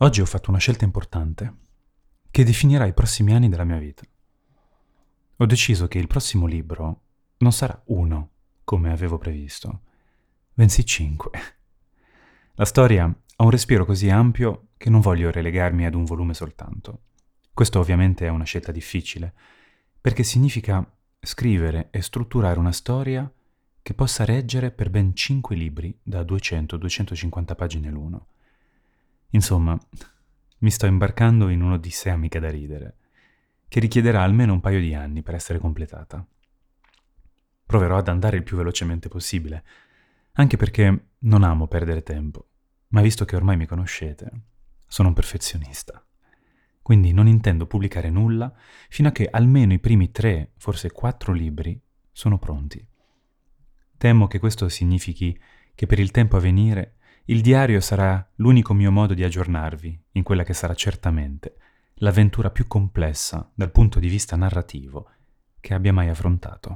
Oggi ho fatto una scelta importante che definirà i prossimi anni della mia vita. Ho deciso che il prossimo libro non sarà uno, come avevo previsto, bensì 5. La storia ha un respiro così ampio che non voglio relegarmi ad un volume soltanto. Questo ovviamente è una scelta difficile, perché significa scrivere e strutturare una storia che possa reggere per ben 5 libri da 200-250 pagine l'uno. Insomma, mi sto imbarcando in un'odissea mica da ridere, che richiederà almeno un paio di anni per essere completata. Proverò ad andare il più velocemente possibile, anche perché non amo perdere tempo, ma visto che ormai mi conoscete, sono un perfezionista. Quindi non intendo pubblicare nulla fino a che almeno i primi 3, forse 4 libri sono pronti. Temo che questo significhi che per il tempo a venire il diario sarà l'unico mio modo di aggiornarvi in quella che sarà certamente l'avventura più complessa dal punto di vista narrativo che abbia mai affrontato.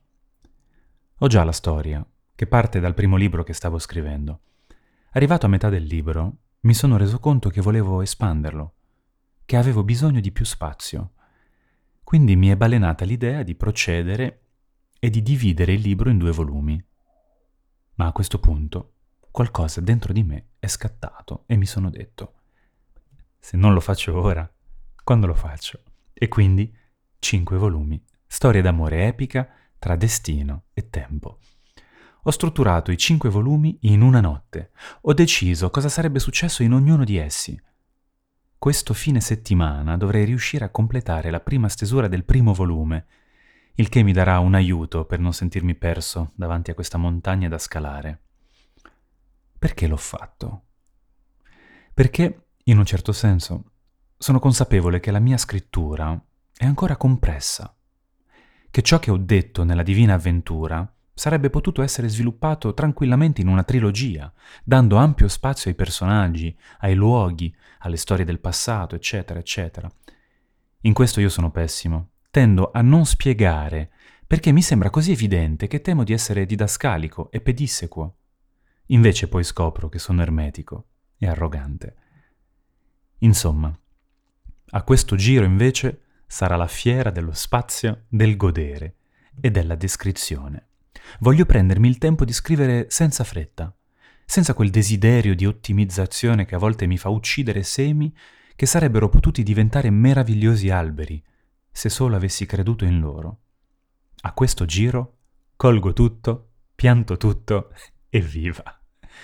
Ho già la storia, che parte dal primo libro che stavo scrivendo. Arrivato a metà del libro, mi sono reso conto che volevo espanderlo, che avevo bisogno di più spazio. Quindi mi è balenata l'idea di procedere e di dividere il libro in 2 volumi. Ma a questo punto qualcosa dentro di me è scattato e mi sono detto: se non lo faccio ora, quando lo faccio? E quindi 5 volumi, storia d'amore epica tra destino e tempo. Ho strutturato i 5 volumi in una notte. Ho deciso cosa sarebbe successo in ognuno di essi. Questo fine settimana dovrei riuscire a completare la prima stesura del primo volume, il che mi darà un aiuto per non sentirmi perso davanti a questa montagna da scalare. Perché l'ho fatto? Perché, in un certo senso, sono consapevole che la mia scrittura è ancora compressa, che ciò che ho detto nella Divina Avventura sarebbe potuto essere sviluppato tranquillamente in una trilogia, dando ampio spazio ai personaggi, ai luoghi, alle storie del passato, eccetera, eccetera. In questo io sono pessimo. Tendo a non spiegare, perché mi sembra così evidente che temo di essere didascalico e pedissequo. Invece poi scopro che sono ermetico e arrogante. Insomma, a questo giro invece sarà la fiera dello spazio, del godere e della descrizione. Voglio prendermi il tempo di scrivere senza fretta, senza quel desiderio di ottimizzazione che a volte mi fa uccidere semi che sarebbero potuti diventare meravigliosi alberi se solo avessi creduto in loro. A questo giro colgo tutto, pianto tutto e viva.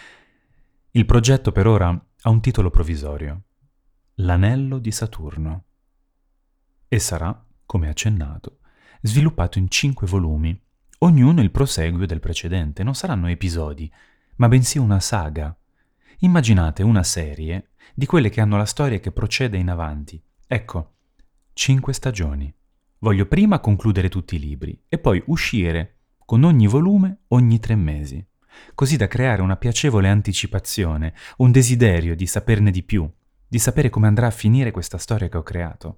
Il progetto per ora ha un titolo provvisorio: L'anello di Saturno, e sarà, come accennato, sviluppato in 5 volumi, ognuno il proseguio del precedente. Non saranno episodi, ma bensì una saga. Immaginate una serie di quelle che hanno la storia che procede in avanti. Ecco, 5 stagioni. Voglio prima concludere tutti i libri e poi uscire con ogni volume ogni 3 mesi, così da creare una piacevole anticipazione, un desiderio di saperne di più, di sapere come andrà a finire questa storia che ho creato.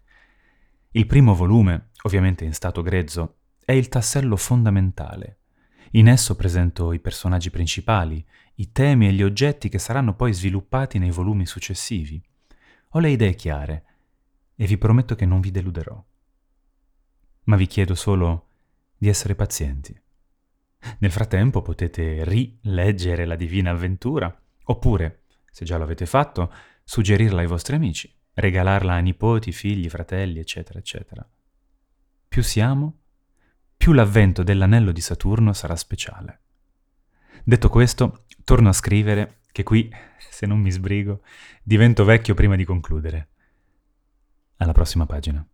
Il primo volume, ovviamente in stato grezzo, è il tassello fondamentale. In esso presento i personaggi principali, i temi e gli oggetti che saranno poi sviluppati nei volumi successivi. Ho le idee chiare e vi prometto che non vi deluderò. Ma vi chiedo solo di essere pazienti. Nel frattempo potete rileggere la Divina Avventura, oppure, se già lo avete fatto, suggerirla ai vostri amici, regalarla a nipoti, figli, fratelli, eccetera, eccetera. Più siamo, più l'avvento dell'anello di Saturno sarà speciale. Detto questo, torno a scrivere, che qui, se non mi sbrigo, divento vecchio prima di concludere. Alla prossima pagina.